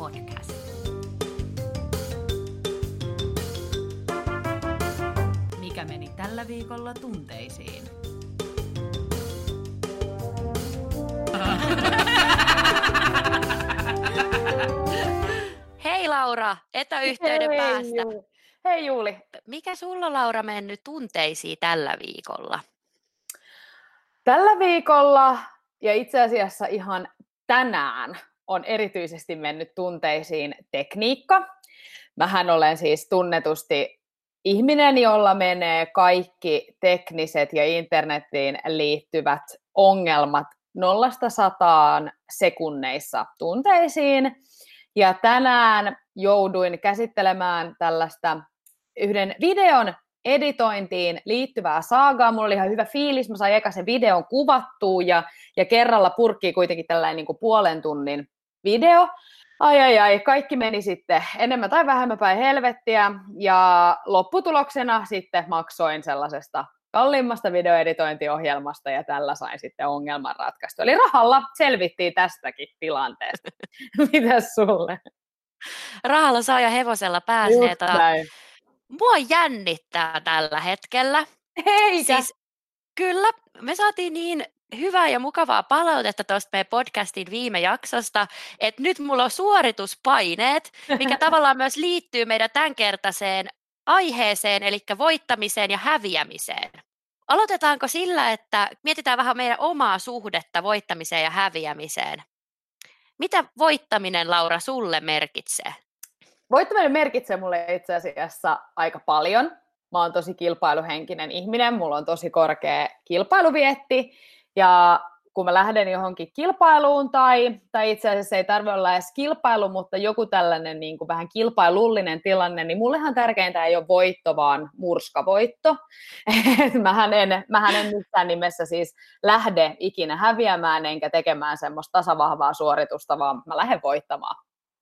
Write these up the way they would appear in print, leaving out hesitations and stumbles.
podcast. Mikä meni tällä viikolla tunteisiin? Hei Laura, etäyhteyden päästä. Hei Juuli. Mikä sulla Laura mennyt tunteisiin tällä viikolla? Tällä viikolla ja itse asiassa ihan tänään on erityisesti mennyt tunteisiin tekniikka. Mähän olen siis tunnetusti ihminen, jolla menee kaikki tekniset ja internetiin liittyvät ongelmat 0-100 sekunneissa tunteisiin. Ja tänään jouduin käsittelemään tällaista yhden videon editointiin liittyvää saagaa. Mulla oli ihan hyvä fiilis, mä sain eka sen videon kuvattua ja kerralla purkkii kuitenkin tällainen niin kuin puolen tunnin video. Ai, kaikki meni sitten enemmän tai vähemmän päin helvettiä ja lopputuloksena sitten maksoin sellaisesta kalliimmasta videoeditointiohjelmasta ja tällä sain sitten ongelman ratkaistu. Eli rahalla selvittiin tästäkin tilanteesta. Mitäs sulle? Rahalla saa ja hevosella pääsee. Mua jännittää tällä hetkellä. Eikä? Siis, kyllä, me saatiin niin hyvää ja mukavaa palautetta tuosta meidän podcastin viime jaksosta, että nyt mulla on suorituspaineet, mikä tavallaan myös liittyy meidän tämänkertaiseen aiheeseen, eli voittamiseen ja häviämiseen. Aloitetaanko sillä, että mietitään vähän meidän omaa suhdetta voittamiseen ja häviämiseen? Mitä voittaminen, Laura, sulle merkitsee? Voittaminen merkitsee mulle itse asiassa aika paljon. Mä oon tosi kilpailuhenkinen ihminen, mulla on tosi korkea kilpailuvietti, ja kun mä lähden johonkin kilpailuun, tai itse asiassa ei tarvitse olla edes kilpailu, mutta joku tällainen niin kuin vähän kilpailullinen tilanne, niin mullehan tärkeintä ei ole voitto, vaan murskavoitto. Mähän en missään nimessä siis lähde ikinä häviämään, enkä tekemään semmoista tasavahvaa suoritusta, vaan mä lähden voittamaan.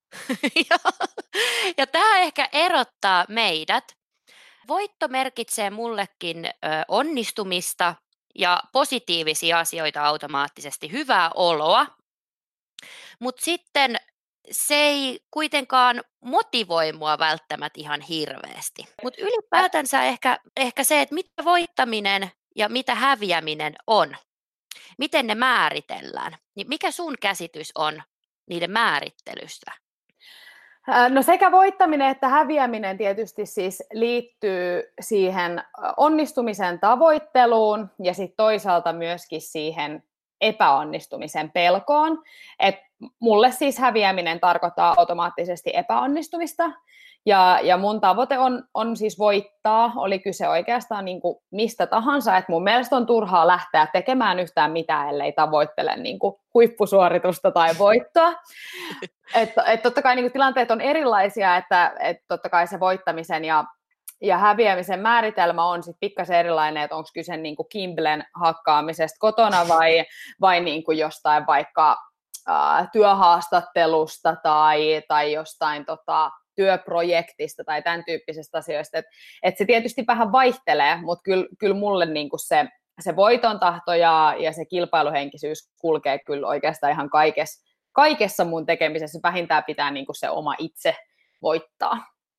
Ja tämä ehkä erottaa meidät. Voitto merkitsee mullekin onnistumista ja positiivisia asioita automaattisesti, hyvää oloa, mutta sitten se ei kuitenkaan motivoi mua välttämättä ihan hirveästi. Mutta ylipäätänsä ehkä se, että mitä voittaminen ja mitä häviäminen on, miten ne määritellään, niin mikä sun käsitys on niiden määrittelystä? No sekä voittaminen että häviäminen tietysti siis liittyy siihen onnistumisen tavoitteluun ja sitten toisaalta myöskin siihen epäonnistumisen pelkoon. Et mulle siis häviäminen tarkoittaa automaattisesti epäonnistumista ja mun tavoite on siis voittaa, oli kyse oikeastaan niin kuin mistä tahansa, että mun mielestä on turhaa lähteä tekemään yhtään mitään, ellei tavoittele niin kuin huippusuoritusta tai voittoa. Että totta kai niin kuin tilanteet on erilaisia, että totta kai se voittamisen ja häviämisen määritelmä on sitten pikkasen erilainen, että onko kyse niin kuin kimblen hakkaamisesta kotona vai niin kuin jostain vaikka työhaastattelusta tai jostain työprojektista tai tämän tyyppisistä asioista. Et se tietysti vähän vaihtelee, mutta kyllä mulle niin kuin se voiton tahto ja se kilpailuhenkisyys kulkee kyllä oikeastaan ihan kaikessa mun tekemisessä. Vähintään pitää niin kuin se oma itse voittaa.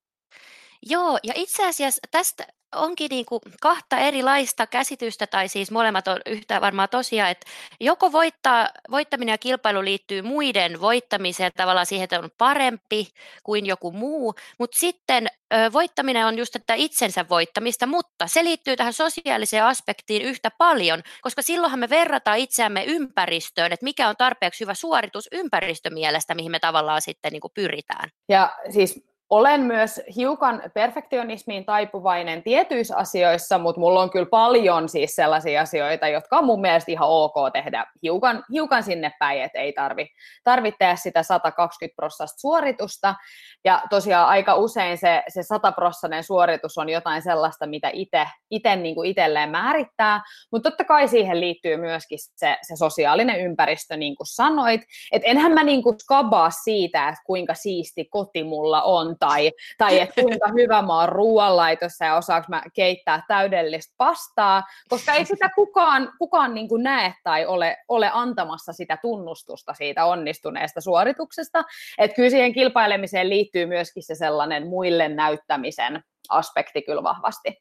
Joo, ja itse asiassa tästä onkin niin kuin kahta erilaista käsitystä, tai siis molemmat on yhtä varmaan tosiaan, että joko voittaminen ja kilpailu liittyy muiden voittamiseen, tavallaan siihen, että on parempi kuin joku muu, mutta sitten voittaminen on just tätä itsensä voittamista, mutta se liittyy tähän sosiaaliseen aspektiin yhtä paljon, koska silloinhan me verrataan itseämme ympäristöön, että mikä on tarpeeksi hyvä suoritus ympäristömielestä, mihin me tavallaan sitten niin kuin pyritään. Ja siis olen myös hiukan perfektionismiin taipuvainen tietyissä asioissa, mutta mulla on kyllä paljon siis sellaisia asioita, jotka on mun mielestä ihan ok tehdä hiukan sinne päin, että ei tarvitse tehdä sitä 120% suoritusta. Ja tosiaan aika usein se 100% suoritus on jotain sellaista, mitä itse niin kuin itselleen määrittää, mutta totta kai siihen liittyy myöskin se sosiaalinen ympäristö, niin kuin sanoit, että enhän mä niin kuin skabaa siitä, että kuinka siisti koti mulla on, tai että kuinka hyvä mä oon ruoanlaitossa ja osaanko mä keittää täydellistä pastaa, koska ei sitä kukaan niin kuin näe tai ole antamassa sitä tunnustusta siitä onnistuneesta suorituksesta. Että kyllä siihen kilpailemiseen liittyy myöskin se sellainen muille näyttämisen aspekti kyllä vahvasti.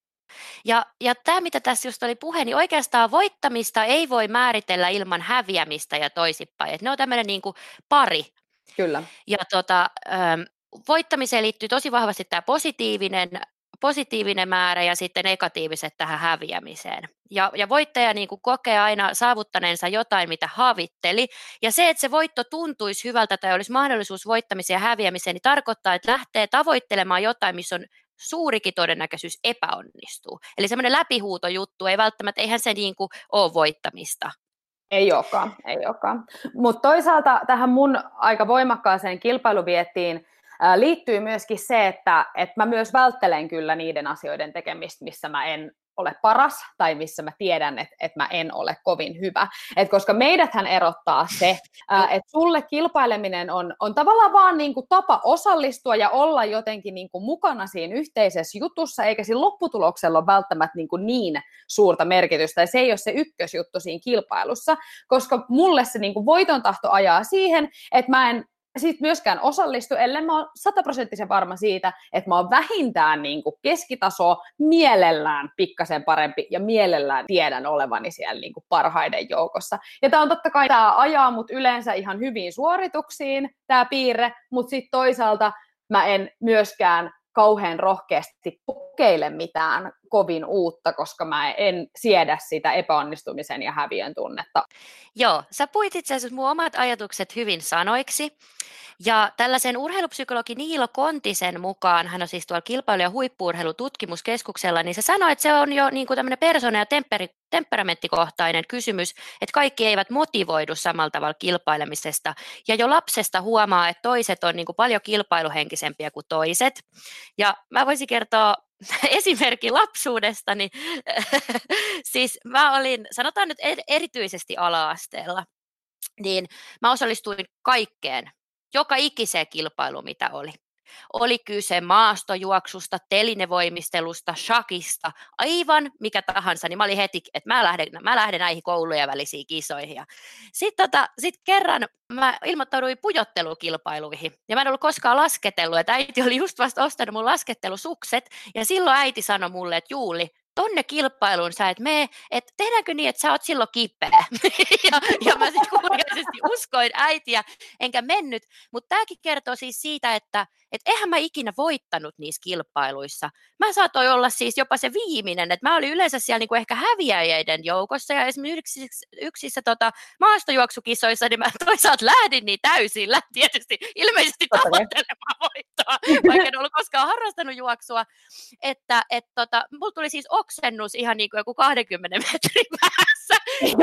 Ja tämä, mitä tässä just oli puhe, niin oikeastaan voittamista ei voi määritellä ilman häviämistä ja toisinpäin. Ne on tämmöinen niin kuin pari. Kyllä. Ja voittamiseen liittyy tosi vahvasti tämä positiivinen määrä ja sitten negatiiviset tähän häviämiseen. Ja voittaja niin kuin kokee aina saavuttaneensa jotain, mitä havitteli. Ja se, että se voitto tuntuisi hyvältä tai olisi mahdollisuus voittamiseen ja häviämiseen, niin tarkoittaa, että lähtee tavoittelemaan jotain, missä on suurikin todennäköisyys epäonnistuu. Eli semmoinen läpihuutojuttu, ei välttämättä, eihän se niin kuin ole voittamista. Ei olekaan. Mutta toisaalta tähän mun aika voimakkaaseen kilpailuviettiin liittyy myöskin se, että mä myös välttelen kyllä niiden asioiden tekemistä, missä mä en ole paras tai missä mä tiedän, että mä en ole kovin hyvä. Koska meidäthän erottaa se, että sulle kilpaileminen on tavallaan vaan niin kuin tapa osallistua ja olla jotenkin niin kuin mukana siinä yhteisessä jutussa, eikä siinä lopputuloksella ole välttämättä niin suurta merkitystä, ja se ei ole se ykkösjuttu siinä kilpailussa, koska mulle se niin kuin voiton tahto ajaa siihen, että mä en sitten myöskään osallistu, ellei mä oon 100% varma siitä, että mä oon vähintään niin kuin keskitasoa, mielellään pikkasen parempi ja mielellään tiedän olevani siellä niin kuin parhaiden joukossa. Ja tämä on totta kai, tämä ajaa mut yleensä ihan hyviin suorituksiin, tämä piirre, mutta sitten toisaalta mä en myöskään kauhean rohkeasti kokeile mitään kovin uutta, koska mä en siedä sitä epäonnistumisen ja häviön tunnetta. Joo, sä puit itse asiassa mun omat ajatukset hyvin sanoiksi. Ja tällaisen urheilupsykologi Niilo Kontisen mukaan, hän on siis tuolla kilpailu- ja huippu-urheilututkimuskeskuksella, niin se sanoi, että se on jo niin kuin tämmöinen persoona- ja temperamenttikohtainen kysymys, että kaikki eivät motivoidu samalla tavalla kilpailemisesta. Ja jo lapsesta huomaa, että toiset on niin kuin paljon kilpailuhenkisempiä kuin toiset. Ja mä voisin kertoa esimerkki lapsuudestani. Siis mä olin, sanotaan nyt erityisesti ala-asteella, niin mä osallistuin kaikkeen, joka ikiseen kilpailuun, mitä oli. Oli kyse maastojuoksusta, telinevoimistelusta, shakista, aivan mikä tahansa, niin mä olin heti, että mä lähden näihin koulujen välisiin kisoihin. Sitten kerran mä ilmoittauduin pujottelukilpailuihin, ja mä en ollut koskaan lasketellut, että äiti oli just vasta ostanut mun laskettelusukset, ja silloin äiti sanoi mulle, että Juuli, tonne kilpailuun sä et mene, että tehdäänkö niin, että sä oot silloin kipeä. ja mä sitten kuuliaisesti uskoin äitiä, enkä mennyt. Mutta tämäkin kertoo siis siitä, että eihän mä ikinä voittanut niissä kilpailuissa. Mä saatoin olla siis jopa se viimeinen, että mä olin yleensä siellä niinku ehkä häviäjien joukossa, ja esimerkiksi yksissä maastojuoksukisoissa, niin mä toisaalta lähdin niin täysillä, tietysti ilmeisesti tavoittelemaan voittoa, vaikka en ollut koskaan harrastanut juoksua, että mulla tuli siis oksennus ihan niin kuin joku 20 metrin päässä.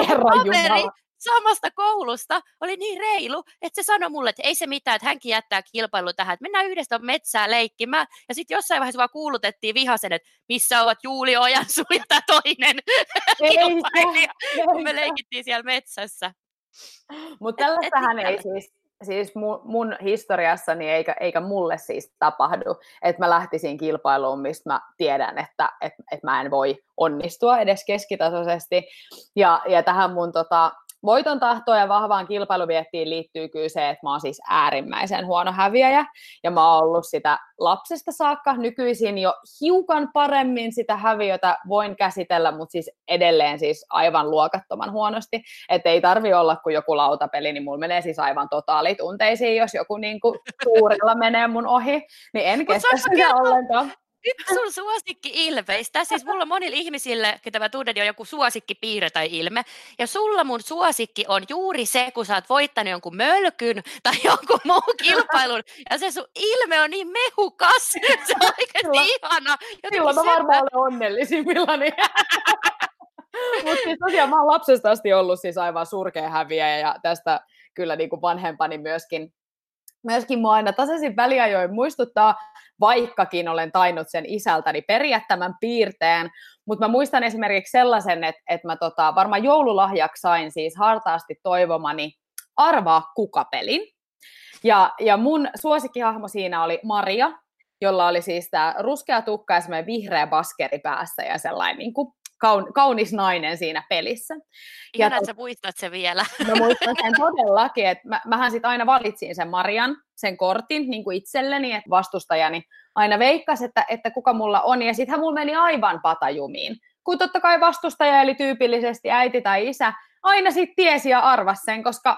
Kaveri samasta koulusta oli niin reilu, että se sanoi mulle, että ei se mitään, että hänkin jättää kilpailu tähän, että mennään yhdessä metsään leikkimään. Ja sitten jossain vaiheessa vaan kuulutettiin vihasen, että missä ovat Juuli Ojansuu ja tämä toinen kilpailija, kun me leikittiin siellä metsässä. Mutta tällaistähän ei siis mun historiassani eikä mulle siis tapahdu, että mä lähtisin kilpailuun, mistä mä tiedän, että mä en voi onnistua edes keskitasoisesti. Ja tähän mun voiton tahtoon ja vahvaan kilpailuviettiin liittyy kyllä se, että mä oon siis äärimmäisen huono häviäjä, ja mä oon ollut sitä lapsesta saakka. Nykyisin jo hiukan paremmin sitä häviötä voin käsitellä, mutta siis edelleen siis aivan luokattoman huonosti. Että ei tarvi olla kuin joku lautapeli, niin mulla menee siis aivan totaalitunteisiin, jos joku niinku suurilla menee mun ohi, niin en kestä sitä ollenkaan. Yksi sun suosikki-ilmeistä, siis mulla monilla ihmisillä, ketä mä tunnen, on joku suosikkipiirre tai ilme, ja sulla mun suosikki on juuri se, kun sä oot voittanut jonkun mölkyn tai jonkun muun kilpailun, ja se sun ilme on niin mehukas, se on oikeasti ihana. Silloin mä varmaan olen onnellisimmillani. Mutta siis tosiaan mä oon lapsesta asti ollut siis aivan surkea häviäjä, ja tästä kyllä niin kuin vanhempani myöskin mua aina tasaisin väliajoin muistuttaa, vaikkakin olen tainnut sen isältäni periä tämän piirteen, mutta mä muistan esimerkiksi sellaisen, että mä varmaan joululahjaksi sain siis hartaasti toivomani arvaa kuka pelin. Ja mun suosikkihahmo siinä oli Maria, jolla oli siis tämä ruskea tukka ja semmoinen vihreä baskeri päässä ja sellainen niin kuin kaunis nainen siinä pelissä. Ihan, että sä muistat se vielä. Mä muistan sen todellakin, että mähän sitten aina valitsin sen Marian, sen kortin niin kuin itselleni, että vastustajani aina veikkasi, että kuka mulla on, ja sittenhän mulla meni aivan patajumiin. Kun totta kai vastustaja, eli tyypillisesti äiti tai isä, aina sitten tiesi ja arvasi sen, koska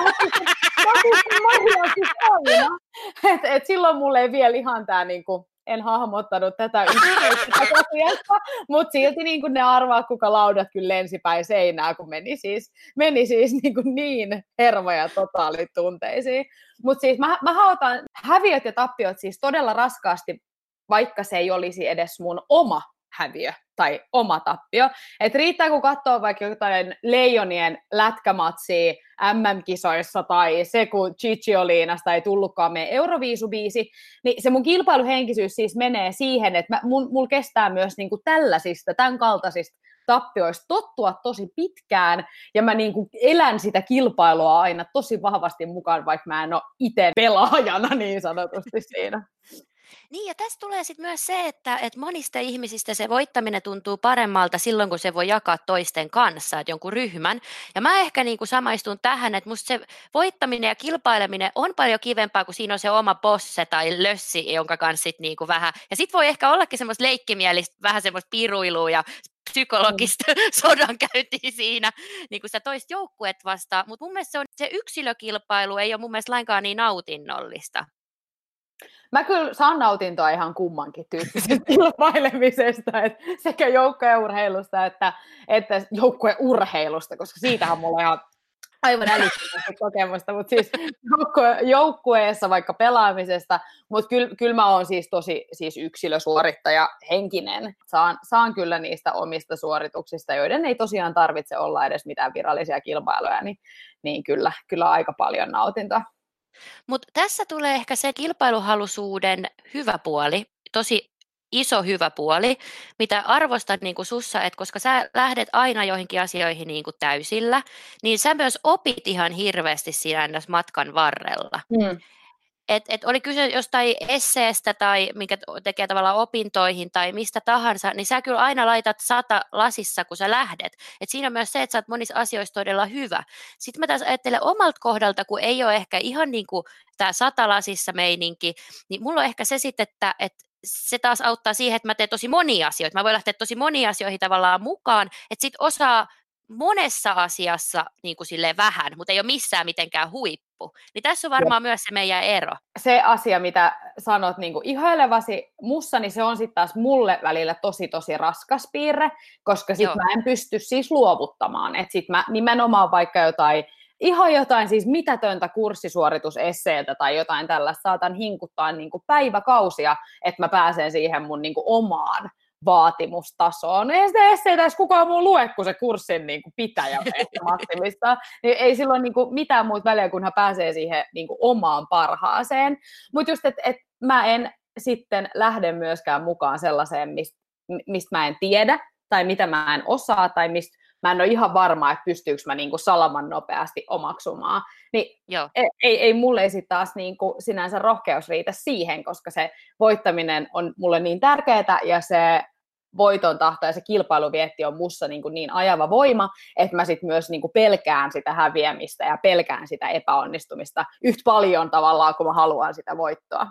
Maria siis aina. Et silloin mulla ei vielä ihan tämä niinku, en hahmottanut tätä asiasta, mutta silti ne arvaa, kuka laudat kyllä lensi päin seinää, kun meni siis niin hermo- ja totaalitunteisiin. Mutta siis mä haotan häviöt ja tappiot siis todella raskaasti, vaikka se ei olisi edes mun oma häviö tai oma tappio. Et riittää, kun katsoo vaikka jotain Leijonien lätkämatsia MM-kisoissa tai se, kun Ciccioliinasta ei tullutkaan meidän Euroviisubiisi, niin se mun kilpailuhenkisyys siis menee siihen, että mulla kestää myös niinku tällaisista, tämän kaltaisista tappioista tottua tosi pitkään, ja mä niinku elän sitä kilpailua aina tosi vahvasti mukaan, vaikka mä en ole itse pelaajana niin sanotusti siinä. Niin, ja tässä tulee sitten myös se, että monista ihmisistä se voittaminen tuntuu paremmalta silloin, kun se voi jakaa toisten kanssa, että jonkun ryhmän. Ja mä ehkä niin kuin samaistun tähän, että musta se voittaminen ja kilpaileminen on paljon kivempaa, kun siinä on se oma bosse tai lössi, jonka kanssa sitten niin kuin vähän. Ja sitten voi ehkä ollakin semmoista leikkimielistä, vähän semmoista piruilua ja psykologista sodankäyntiä siinä, niin kuin sä toiset joukkueet vastaan. Mutta mun mielestä se yksilökilpailu ei ole mun mielestä lainkaan niin nautinnollista. Mä kyllä saan nautintoa ihan kummankin tyyppisestä kilpailemisesta, että sekä joukkueurheilusta että joukkueurheilusta, koska siitähän mulla on ihan aivan älyttömästi kokemusta, mutta siis joukkueessa vaikka pelaamisesta, mutta kyllä mä oon siis tosi siis yksilösuorittaja henkinen. Saan kyllä niistä omista suorituksista, joiden ei tosiaan tarvitse olla edes mitään virallisia kilpailuja, niin kyllä aika paljon nautintoa. Mutta tässä tulee ehkä se kilpailuhaluisuuden hyvä puoli, tosi iso hyvä puoli, mitä arvostat niin kuin sussa, että koska sä lähdet aina joihinkin asioihin niin kuin täysillä, niin sä myös opit ihan hirveästi siinä matkan varrella. Et oli kyse jostain esseestä tai mikä tekee tavallaan opintoihin tai mistä tahansa, niin sä kyllä aina laitat 100 lasissa, kun sä lähdet. Et siinä on myös se, että sä oot monissa asioissa todella hyvä. Sitten mä taas ajattelen omalta kohdalta, kun ei ole ehkä ihan niin kuin tämä 100 lasissa meininki, niin mulla on ehkä se sitten, että se taas auttaa siihen, että mä teen tosi monia asioita. Mä voin lähteä tosi moniin asioihin tavallaan mukaan, että sit osaa monessa asiassa niin kuin silleen vähän, mutta ei ole missään mitenkään huippu. Niin tässä on varmaan myös se meidän ero. Se asia, mitä sanot niin kuin ihailevasi mussa, niin se on sitten taas mulle välillä tosi raskas piirre, koska sitten mä en pysty siis luovuttamaan. Että sitten mä nimenomaan vaikka jotain siis mitätöntä kurssisuoritusesseitä tai jotain tällaista saatan hinkuttaa niin kuin päiväkausia, että mä pääsen siihen mun niin kuin omaan vaatimustasoon. Ei sitä esseitä edes kukaan muu lue, kuin se kurssin niin kuin pitäjä maksimista. Niin ei silloin niin kuin mitään muuta väliä, kun hän pääsee siihen niin kuin omaan parhaaseen. Mutta just, että mä en sitten lähde myöskään mukaan sellaiseen, mistä mä en tiedä, tai mitä mä en osaa, tai mistä mä en ole ihan varma, että pystyykö mä niin kuin salaman nopeasti omaksumaan. Niin ei mulle sitten taas niin kuin sinänsä rohkeus riitä siihen, koska se voittaminen on mulle niin tärkeää, ja se voiton tahto ja se kilpailuvietti on mussa niin ajava voima, että mä sitten myös niin kuin pelkään sitä häviämistä ja pelkään sitä epäonnistumista yhtä paljon tavallaan, kun mä haluan sitä voittoa.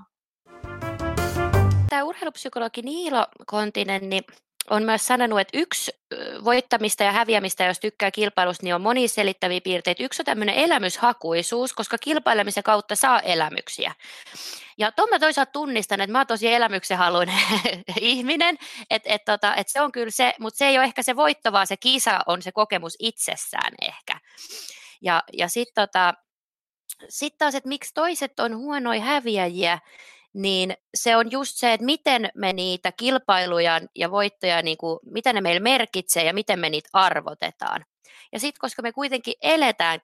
Tämä urheilupsykologi Niilo Kontinen niin on myös sanonut, että yksi voittamista ja häviämistä, jos tykkää kilpailusta, niin on moniselittäviä piirteitä. Yksi on tämmöinen elämyshakuisuus, koska kilpailemisen kautta saa elämyksiä. Ja tuon mä toisaalta tunnistan, että mä oon tosi elämyksenhaluinen ihminen, että se on kyllä se, mutta se ei ole ehkä se voitto, vaan se kisa on se kokemus itsessään ehkä. Ja sitten taas, että miksi toiset on huonoja häviäjiä, niin se on just se, että miten me niitä kilpailuja ja voittoja, niin kuin, mitä ne meillä merkitsee ja miten me niitä arvotetaan. Ja sitten, koska me kuitenkin eletään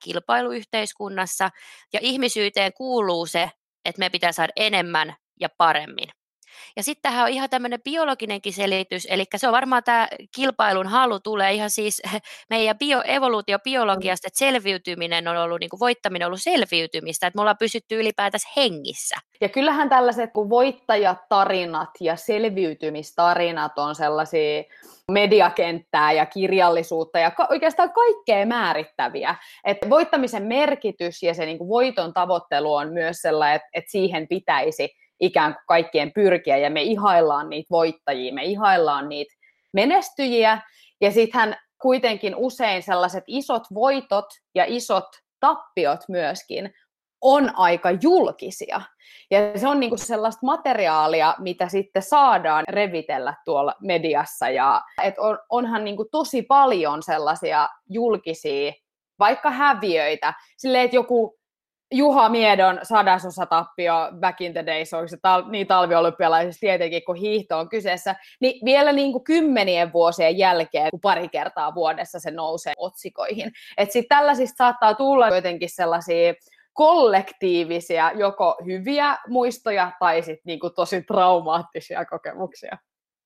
kilpailuyhteiskunnassa ja ihmisyyteen kuuluu se, että me pitää saada enemmän ja paremmin. Ja sitten tähän on ihan tämmöinen biologinenkin selitys, eli se on varmaan tämä kilpailun halu tulee ihan siis meidän evoluutiobiologiasta, että selviytyminen on ollut, niin kuin voittaminen on ollut selviytymistä, että me ollaan pysytty ylipäätänsä hengissä. Ja kyllähän tällaiset kuin voittajatarinat ja selviytymistarinat on sellaisia mediakenttää ja kirjallisuutta ja oikeastaan kaikkea määrittäviä. Et voittamisen merkitys ja se niin kuin voiton tavoittelu on myös sellainen, että siihen pitäisi ikään kuin kaikkien pyrkiä ja me ihaillaan niitä voittajia, me ihaillaan niitä menestyjiä ja sittenhän kuitenkin usein sellaiset isot voitot ja isot tappiot myöskin on aika julkisia. Ja se on niinku sellaista materiaalia, mitä sitten saadaan revitellä tuolla mediassa. Ja onhan niinku tosi paljon sellaisia julkisia, vaikka häviöitä. Silleen, että joku Juha Miedon 100% tappio back in the days, onko se niin talviolympialaisissa tietenkin, kun hiihto on kyseessä, niin vielä niinku 10 vuosien jälkeen, kun pari kertaa vuodessa se nousee otsikoihin. Että sitten tällaisista saattaa tulla jotenkin sellaisia kollektiivisia, joko hyviä muistoja tai sitten niinku tosi traumaattisia kokemuksia.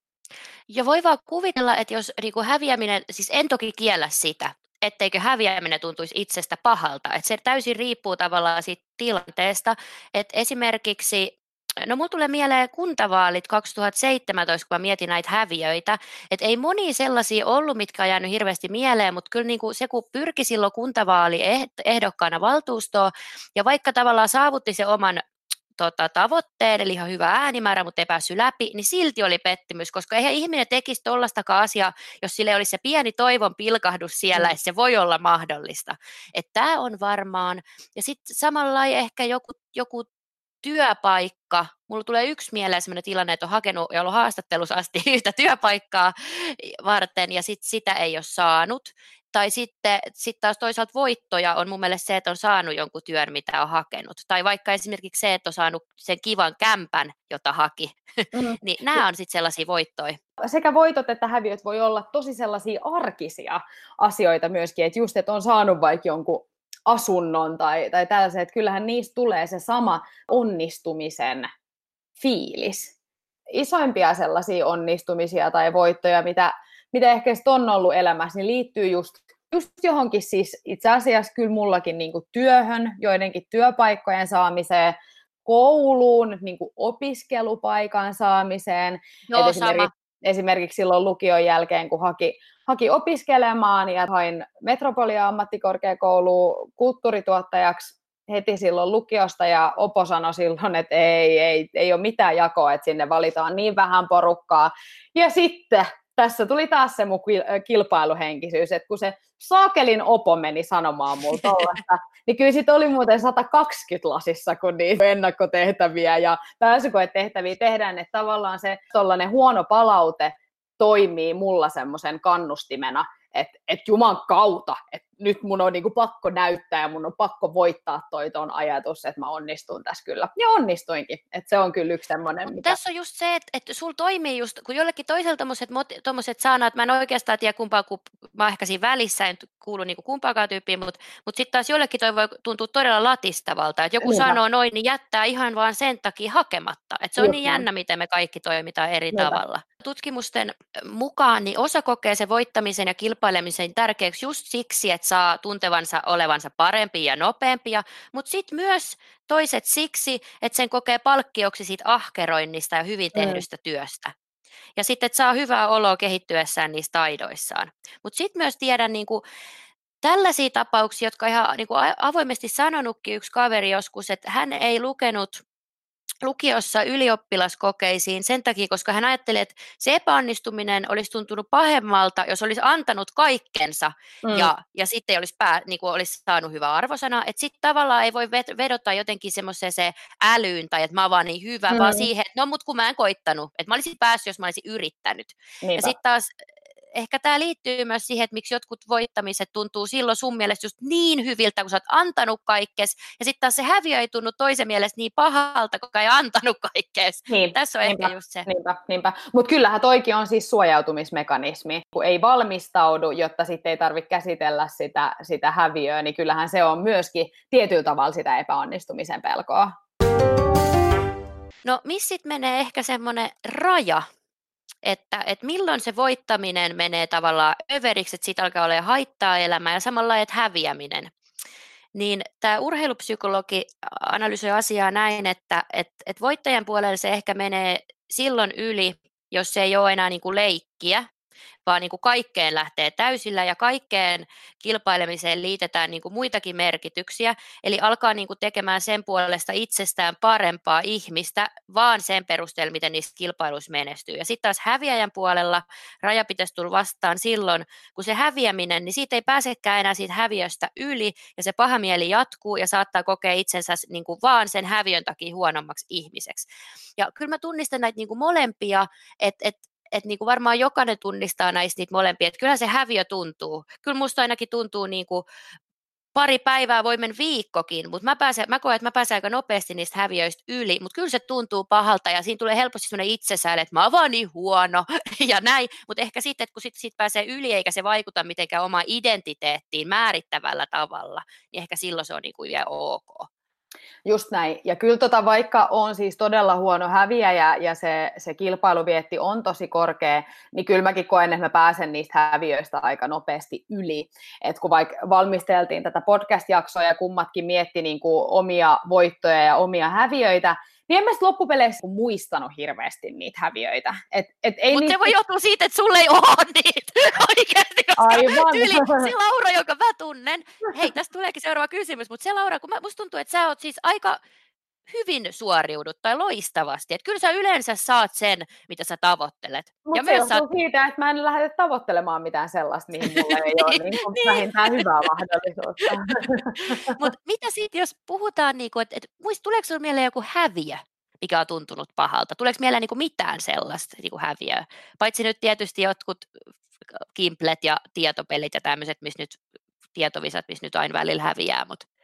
Ja voi vaan kuvitella, että jos niinku häviäminen, siis en toki kiellä sitä, etteikö häviäminen tuntuisi itsestä pahalta, että se täysin riippuu tavallaan siitä tilanteesta, että esimerkiksi no mulla tulee mieleen kuntavaalit 2017, kun mä mietin näitä häviöitä, että ei moni sellaisia ollut, mitkä on jäänyt hirveästi mieleen, mutta kyllä niin kuin se, kun pyrki silloin kuntavaali ehdokkaana valtuustoon, ja vaikka tavallaan saavutti se oman tavoitteen, eli ihan hyvä äänimäärä, mutta ei päässyt läpi, niin silti oli pettymys, koska eihän ihminen tekisi tollaistakaan asiaa, jos sille olisi se pieni toivon pilkahdus siellä, että se voi olla mahdollista. Että tämä on varmaan, ja sitten samalla ehkä joku työpaikka. Mulla tulee yksi mieleen sellainen tilanne, että on hakenut ja ollut haastattelussa asti yhtä työpaikkaa varten ja sitä ei ole saanut. Tai sitten taas toisaalta voittoja on mun mielestä se, että on saanut jonkun työn, mitä on hakenut. Tai vaikka esimerkiksi se, että on saanut sen kivan kämpän, jota haki. Niin nämä on sitten sellaisia voittoja. Sekä voitot että häviöt voi olla tosi sellaisia arkisia asioita myöskin, että just, että on saanut vaikka jonkun asunnon tai tällaisen, että kyllähän niistä tulee se sama onnistumisen fiilis. Isoimpia sellaisia onnistumisia tai voittoja, mitä ehkä on ollut elämässä, niin liittyy just johonkin siis itse asiassa kyllä mullakin niin kuin työhön, joidenkin työpaikkojen saamiseen, kouluun, niin kuin opiskelupaikan saamiseen. Joo, esimerkiksi silloin lukion jälkeen, kun haki opiskelemaan ja hain Metropolia ammattikorkeakouluun kulttuurituottajaksi heti silloin lukiosta ja Opo sanoi silloin, että ei ole mitään jakoa, että sinne valitaan niin vähän porukkaa. Ja sitten tässä tuli taas se mun kilpailuhenkisyys, että kun se saakelin Opo meni sanomaan mulle tollaista, niin kyllä sit oli muuten 120 lasissa, kun niitä ennakkotehtäviä ja pääsykoetehtäviä tehdään, että tavallaan se tollainen huono palaute toimii mulla semmoisen kannustimena, että Juman kautta, että nyt mun on niinku pakko näyttää ja mun on pakko voittaa ton ajatus, että mä onnistun tässä kyllä. Ja onnistuinkin, että se on kyllä yksi semmoinen. Mitä... Tässä on just se, että sulla toimii just, kun jollekin toisella tommoset sanat, mä en oikeastaan tiedä kumpaa, kun mä ehkä siinä välissä en kuulu niinku kumpaakaan tyyppiin, mutta sitten taas jollekin toi voi tuntua todella latistavalta, että joku sanoo noin, niin jättää ihan vaan sen takia hakematta. Että se on niin jännä, miten me kaikki toimitaan eri tavalla. Tutkimusten mukaan niin osa kokee sen voittamisen ja kilpailemisen tärkeäksi just siksi, että saa tuntevansa olevansa parempia ja nopeampia, mutta sitten myös toiset siksi, että sen kokee palkkioksi siitä ahkeroinnista ja hyvin tehdystä työstä. Ja sitten, että saa hyvää oloa kehittyessään niissä taidoissaan. Mutta sitten myös tiedän niinku tällaisia tapauksia, jotka ihan niinku avoimesti sanonutkin yksi kaveri joskus, että hän ei lukenut lukiossa ylioppilaskokeisiin sen takia, koska hän ajatteli, että se epäonnistuminen olisi tuntunut pahemmalta, jos olisi antanut kaikkensa ja sitten olisi, olisi saanut hyvä arvosana. Että sitten tavallaan ei voi vedota jotenkin semmoiseen se älyyn tai että mä oon vaan niin hyvä, vaan siihen, että no mut kun mä en koittanut, että mä olisin päässyt, jos mä olisin yrittänyt. Niinpä. Ja sitten taas ehkä tämä liittyy myös siihen, että miksi jotkut voittamiset tuntuu silloin sun mielestä just niin hyviltä, kun sä oot antanut kaikkes, ja sitten taas se häviö ei tunnu toisen mielestä niin pahalta, kun ei antanut kaikkes. Tässä on ehkä just se. Niinpä. Mutta kyllähän toikin on siis suojautumismekanismi. Kun ei valmistaudu, jotta sitten ei tarvitse käsitellä sitä häviöä, niin kyllähän se on myöskin tietyllä tavalla sitä epäonnistumisen pelkoa. No missä sitten menee ehkä semmoinen raja, että milloin se voittaminen menee tavallaan överiksi, että siitä alkaa olla haittaa elämää ja samalla että häviäminen. Niin tämä urheilupsykologi analysoi asiaa näin, että voittajan puolelle se ehkä menee silloin yli, jos se ei ole enää niin kuin leikkiä, vaan niin kuin kaikkeen lähtee täysillä ja kaikkeen kilpailemiseen liitetään niin kuin muitakin merkityksiä, eli alkaa niin kuin tekemään sen puolesta itsestään parempaa ihmistä, vaan sen perusteella, miten niissä kilpailuissa menestyy. Ja sitten taas häviäjän puolella raja pitäisi tulla vastaan silloin, kun se häviäminen, niin siitä ei pääsekään enää siitä häviöstä yli, ja se paha mieli jatkuu ja saattaa kokea itsensä niin kuin vaan sen häviön takia huonommaksi ihmiseksi. Ja kyllä mä tunnistan näitä niin kuin molempia, että niin kuin varmaan jokainen tunnistaa näistä niitä molempia, että kyllä se häviö tuntuu. Kyllä musta ainakin tuntuu niin kuin pari päivää, voi mennä viikkokin, mutta mä koen, että mä pääsen aika nopeasti niistä häviöistä yli, mutta kyllä se tuntuu pahalta ja siinä tulee helposti sellainen itsesääli, että mä oon vaan niin huono ja näin, mutta ehkä sitten, että kun siitä pääsee yli eikä se vaikuta mitenkään omaan identiteettiin määrittävällä tavalla, niin ehkä silloin se on niin kuin vielä ok. Just näin. Ja kyllä vaikka on siis todella huono häviäjä ja se kilpailuvietti on tosi korkea, niin kyllä mäkin koen, että mä pääsen niistä häviöistä aika nopeasti yli. Et kun vaikka valmisteltiin tätä podcast-jaksoa ja kummatkin mietti niin kuin omia voittoja ja omia häviöitä, niin en mä sitten loppupeleissä muistanut hirveästi niitä häviöitä. Mutta se voi johtua siitä, että sulle ei ole niitä oikeasti, koska aivan. Se Laura, jonka mä tunnen, hei, tästä tuleekin seuraava kysymys, mutta se Laura, kun musta tuntuu, että sä oot siis aika hyvin suoriudut tai loistavasti, että kyllä sä yleensä saat sen, mitä sä tavoittelet. Mutta se johtuu siitä, että mä en lähde tavoittelemaan mitään sellaista, mihin mulla ei ole niin vähintään hyvää mahdollisuutta. Mutta mitä sitten, jos puhutaan, että tuleeko sinulle mieleen joku häviö, mikä on tuntunut pahalta? Tuleeko mieleen mitään sellaista häviöä? Paitsi nyt tietysti jotkut kimplet ja tietopelit ja tämmöiset, missä nyt tietovisat, missä nyt aina välillä häviää.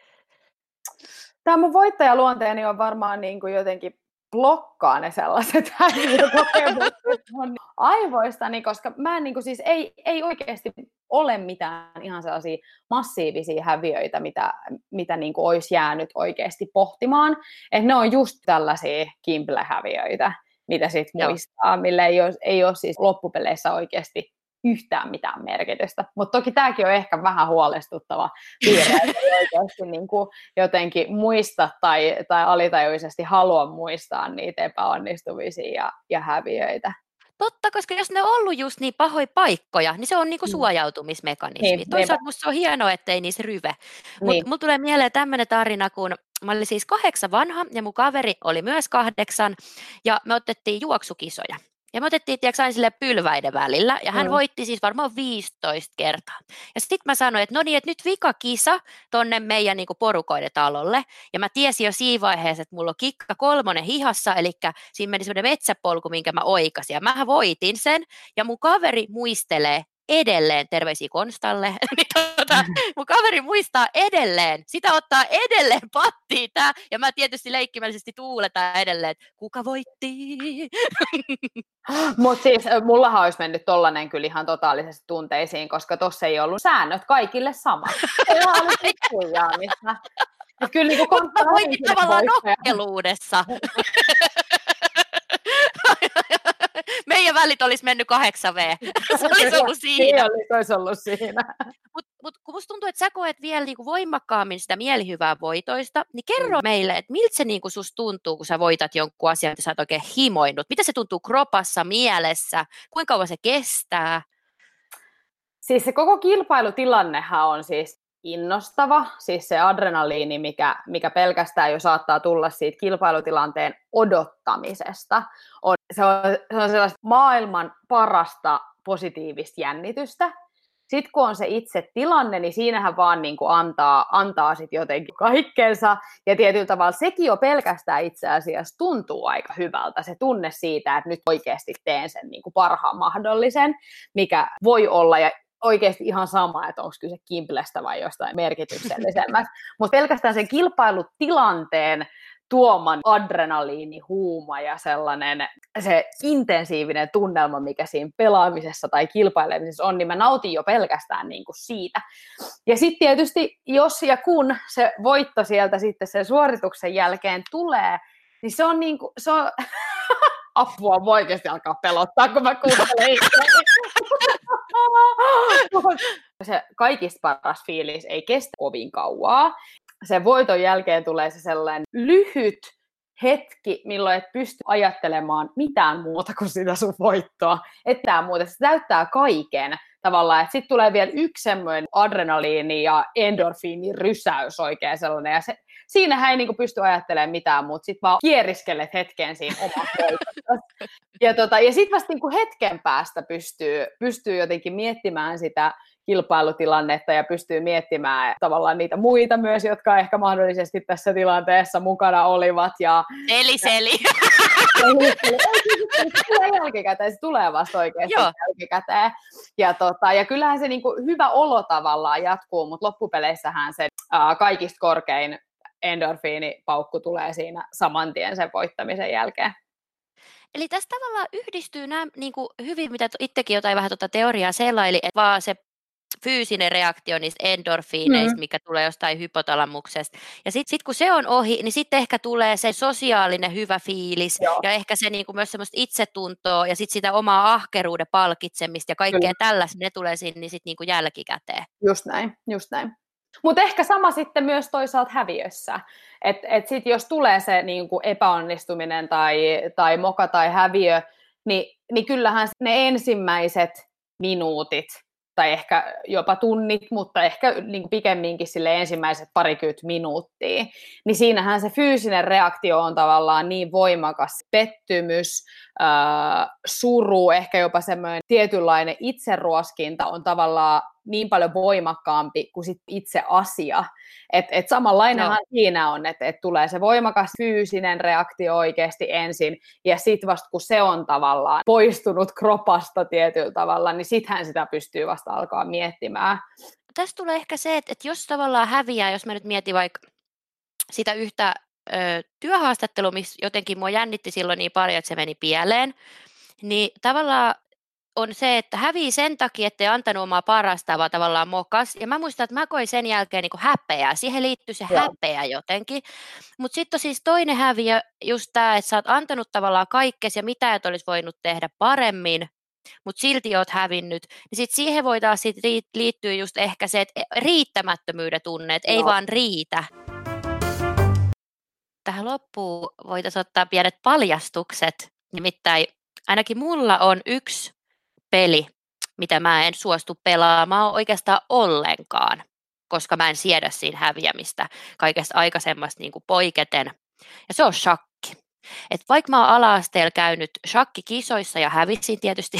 Tämä mun voittajaluonteeni on varmaan niin kuin jotenkin blokkaa ne sellaiset häviökokemukset mun aivoistani, koska mä en niin kuin siis ei oikeasti ole mitään ihan sellaisia massiivisia häviöitä, mitä niin kuin olisi jäänyt oikeasti pohtimaan. Että ne on just tällaisia kimple-häviöitä, mitä sit muistaa, millä ei ole siis loppupeleissä oikeasti yhtään mitään merkitystä. Mutta toki tämäkin on ehkä vähän huolestuttava piirre, että ei oikeasti niin kuin jotenkin muista tai alitajuisesti halua muistaa niitä epäonnistumisia ja häviöitä. Totta, koska jos ne on ollut just niin pahoja paikkoja, niin se on niinku suojautumismekanismi. Niin, toisaalta musta on hienoa, ettei niissä ryve. Mutta mulla tulee mieleen tämmöinen tarina, kun mä olin siis 8 vanha ja mun kaveri oli myös 8 ja me otettiin juoksukisoja. Ja me otettiin aina sille pylväiden välillä, ja hän voitti siis varmaan 15 kertaa. Ja sitten mä sanoin, että no niin, että nyt vika kisa tonne meidän niinku porukoiden talolle. Ja mä tiesin jo siinä vaiheessa, että mulla on kikka 3 hihassa, eli siinä meni semmoinen metsäpolku, minkä mä oikasin. Ja mä voitin sen, ja mun kaveri muistelee edelleen, terveisiä Konstalle, mun kaveri muistaa edelleen, sitä ottaa edelleen pattiin tää, ja mä tietysti leikkimällisesti tuuletaan edelleen, että kuka voitti? Mutta siis mullahan olisi mennyt tollanen kyllä ihan totaalisesti tunteisiin, koska tossa ei ollut säännöt kaikille samat. Se oli huijaamista. Kyllä niin kuin voitit tavallaan nokkeluudessa. Meidän välit olisi mennyt 8V. Se olisi ollut siinä. Se olisi ollut siinä. Mutta kun musta tuntuu, että sä koet vielä niinku voimakkaammin sitä mielihyvää voitoista, niin kerro meille, että miltä se niinku susta tuntuu, kun sä voitat jonkun asian, että sä oot oikein himoinut. Mitä se tuntuu kropassa, mielessä? Kuinka kauan se kestää? Siis se koko kilpailutilannehan on siis innostava, siis se adrenaliini, mikä pelkästään jo saattaa tulla siitä kilpailutilanteen odottamisesta. Se on sellaista maailman parasta positiivista jännitystä. Sitten kun on se itse tilanne, niin siinähän vaan niin kuin antaa sit jotenkin kaikkensa. Ja tietyllä tavalla sekin jo pelkästään itse asiassa tuntuu aika hyvältä. Se tunne siitä, että nyt oikeasti teen sen niin kuin parhaan mahdollisen, mikä voi olla ja oikeasti ihan sama, että onko kyse kimplestä vai jostain merkityksellisemmästä. Mutta pelkästään sen kilpailutilanteen tuoman adrenaliinihuuma ja sellainen se intensiivinen tunnelma, mikä siinä pelaamisessa tai kilpailemisessa on, niin mä nautin jo pelkästään niin kuin siitä. Ja sitten tietysti, jos ja kun se voitto sieltä sitten sen suorituksen jälkeen tulee, niin se on niinku, se on... Apua, voi oikeasti alkaa pelottaa, kun mä kuuntelen itseäni. Se kaikista paras fiilis ei kestä kovin kauaa. Sen voiton jälkeen tulee se sellainen lyhyt hetki, milloin et pysty ajattelemaan mitään muuta kuin sitä sun voittoa. Etään muuta. Se täyttää kaiken tavallaan. Että sitten tulee vielä yksi semmoinen adrenaliini ja endorfiinin rysäys oikein sellainen. Ja siinähän ei niinku pysty ajattelemaan mitään muuta. Sitten vaan kieriskelet hetken siinä omassa voitossa. Ja sitten vasta niinku hetken päästä pystyy jotenkin miettimään sitä kilpailutilannetta ja pystyy miettimään tavallaan niitä muita myös, jotka ehkä mahdollisesti tässä tilanteessa mukana olivat. Seli. Se tulee vasta oikeasti jälkikäteen. Ja kyllähän se niinku hyvä olo tavallaan jatkuu, mutta loppupeleissähän se kaikista korkein endorfiinipaukku tulee siinä saman tien sen voittamisen jälkeen. Eli tässä tavallaan yhdistyy nämä niin kuin hyvin, mitä itsekin jotain vähän teoriaa selaili, että vaan se fyysinen reaktio niistä endorfiineista, mikä tulee jostain hypotalamuksesta. Ja sitten kun se on ohi, niin sitten ehkä tulee se sosiaalinen hyvä fiilis. Joo. Ja ehkä se niin kuin myös semmoista itsetuntoa ja sitten sitä omaa ahkeruuden palkitsemista ja kaikkea tällaista, ne tulee sinne niin sitten niin kuin jälkikäteen. Just näin. Mutta ehkä sama sitten myös toisaalta häviössä. Et sitten jos tulee se niin kuin epäonnistuminen tai moka tai häviö, niin kyllähän ne ensimmäiset minuutit tai ehkä jopa tunnit, mutta ehkä niin pikemminkin sille ensimmäiset 20 minuuttia, niin siinähän se fyysinen reaktio on tavallaan niin voimakas, pettymys, suru, ehkä jopa semmoinen tietynlainen itseruoskinta on tavallaan niin paljon voimakkaampi kuin sit itse asia. Et samanlainenhan siinä on, että tulee se voimakas fyysinen reaktio oikeasti ensin, ja sitten vasta kun se on tavallaan poistunut kropasta tietyllä tavalla, niin sittenhän sitä pystyy vasta alkaa miettimään. Tässä tulee ehkä se, että jos tavallaan häviää, jos mä nyt mietin vaikka sitä yhtä työhaastattelua, missä jotenkin mua jännitti silloin niin paljon, että se meni pieleen, niin tavallaan on se, että hävii sen takia, ettei antanut omaa parasta, vaan tavallaan mokas. Ja mä muistan, että mä koin sen jälkeen niin kuin häpeää. Siihen liittyy se häpeä jotenkin. Mutta sitten on siis toinen häviö just tämä, että sä oot antanut tavallaan kaikkes ja mitä et olisi voinut tehdä paremmin, mutta silti oot hävinnyt. Niin sitten siihen voi taas liittyä just ehkä se, että riittämättömyyden tunne, että ei vaan riitä. Tähän loppuun voitaisiin ottaa pienet paljastukset. Nimittäin ainakin mulla on yksi peli, mitä mä en suostu pelaamaan oikeastaan ollenkaan, koska mä en siedä siinä häviämistä kaikesta aikaisemmasta niin kuin poiketen. Ja se on shakki. Et vaikka mä oon ala-asteella käynyt shakkikisoissa ja hävisin tietysti,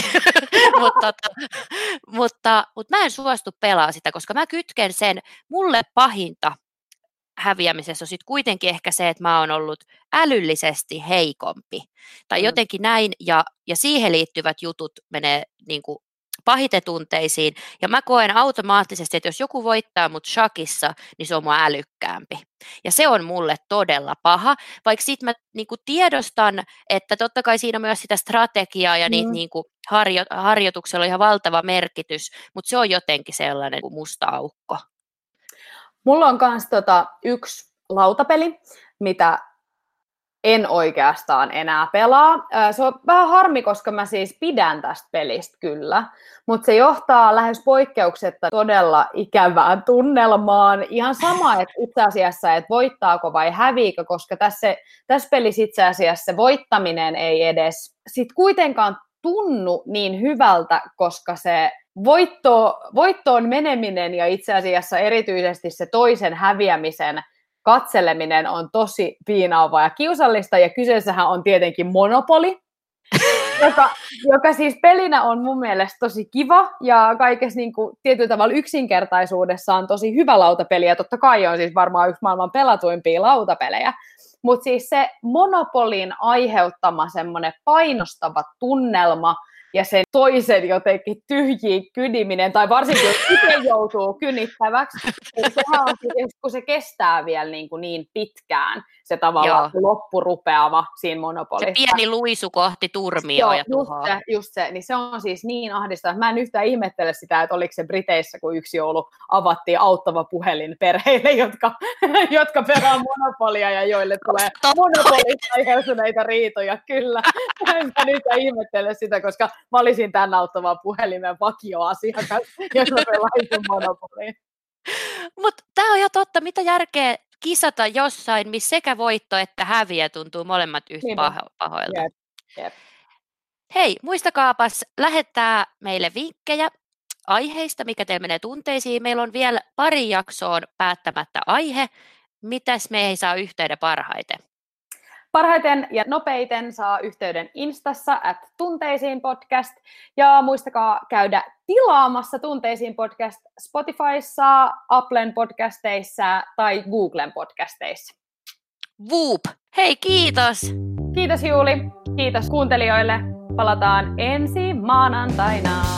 mutta mä en suostu pelaa sitä, koska mä kytken sen mulle pahinta häviämisessä on sitten kuitenkin ehkä se, että mä oon ollut älyllisesti heikompi. Tai jotenkin näin, ja siihen liittyvät jutut menee niin kuin pahitetunteisiin. Ja mä koen automaattisesti, että jos joku voittaa mut shakissa, niin se on mua älykkäämpi. Ja se on mulle todella paha, vaikka sitten mä niin kuin tiedostan, että totta kai siinä on myös sitä strategiaa ja niitä niin kuin harjoituksella on ihan valtava merkitys, mutta se on jotenkin sellainen kuin musta aukko. Mulla on myös yksi lautapeli, mitä en oikeastaan enää pelaa. Se on vähän harmi, koska mä siis pidän tästä pelistä kyllä, mutta se johtaa lähes poikkeuksetta todella ikävään tunnelmaan. Ihan sama, että itse asiassa, että voittaako vai häviikö, koska tässä pelissä itse asiassa se voittaminen ei edes sit kuitenkaan tunnu niin hyvältä, koska se voittoon meneminen ja itse asiassa erityisesti se toisen häviämisen katseleminen on tosi piinaavaa ja kiusallista, ja kyseessähän on tietenkin Monopoly, joka siis pelinä on mun mielestä tosi kiva ja kaikessa niin kuin tietyllä tavalla yksinkertaisuudessaan tosi hyvä lautapeli, ja totta kai on siis varmaan yksi maailman pelatuimpia lautapelejä, mutta siis se Monopolyn aiheuttama semmoinen painostava tunnelma ja sen toisen jotenkin tyhjiin kyniminen, tai varsinkin jos itse joutuu kynittäväksi, niin sehän on, kun se kestää vielä niin pitkään, se tavallaan loppurupeava siinä monopolissa. Se pieni luisu kohti turmioon ja tuhoa. Just se, niin se on siis niin ahdistavaa. Mä en yhtään ihmettele sitä, että oliko se Briteissä, kun yksi joulu avattiin auttava puhelin perheille, jotka perää monopolia ja joille tulee monopolista aiheutuneita riitoja. Kyllä, en mä yhtään ihmettele sitä, koska mä olisin tämän auttavan puhelimen vakioasiakas, jos mä pelaisin monopoliin. Mutta tämä on ihan totta. Mitä järkeä kisata jossain, missä sekä voitto että häviä tuntuu molemmat yhtä pahoilta. Jep. Hei, muistakaapas lähettää meille vinkkejä aiheista, mikä teillä menee tunteisiin. Meillä on vielä pari jaksoon päättämättä aihe. Mitäs me ei saa yhteyden parhaiten? Parhaiten ja nopeiten saa yhteyden Instassa @tunteisiin podcast. Ja muistakaa käydä tilaamassa Tunteisiin podcast Spotifyssa, Applen podcasteissa tai Googlen podcasteissa. Whoop! Hei, kiitos! Kiitos Juuli, kiitos kuuntelijoille. Palataan ensi maanantaina.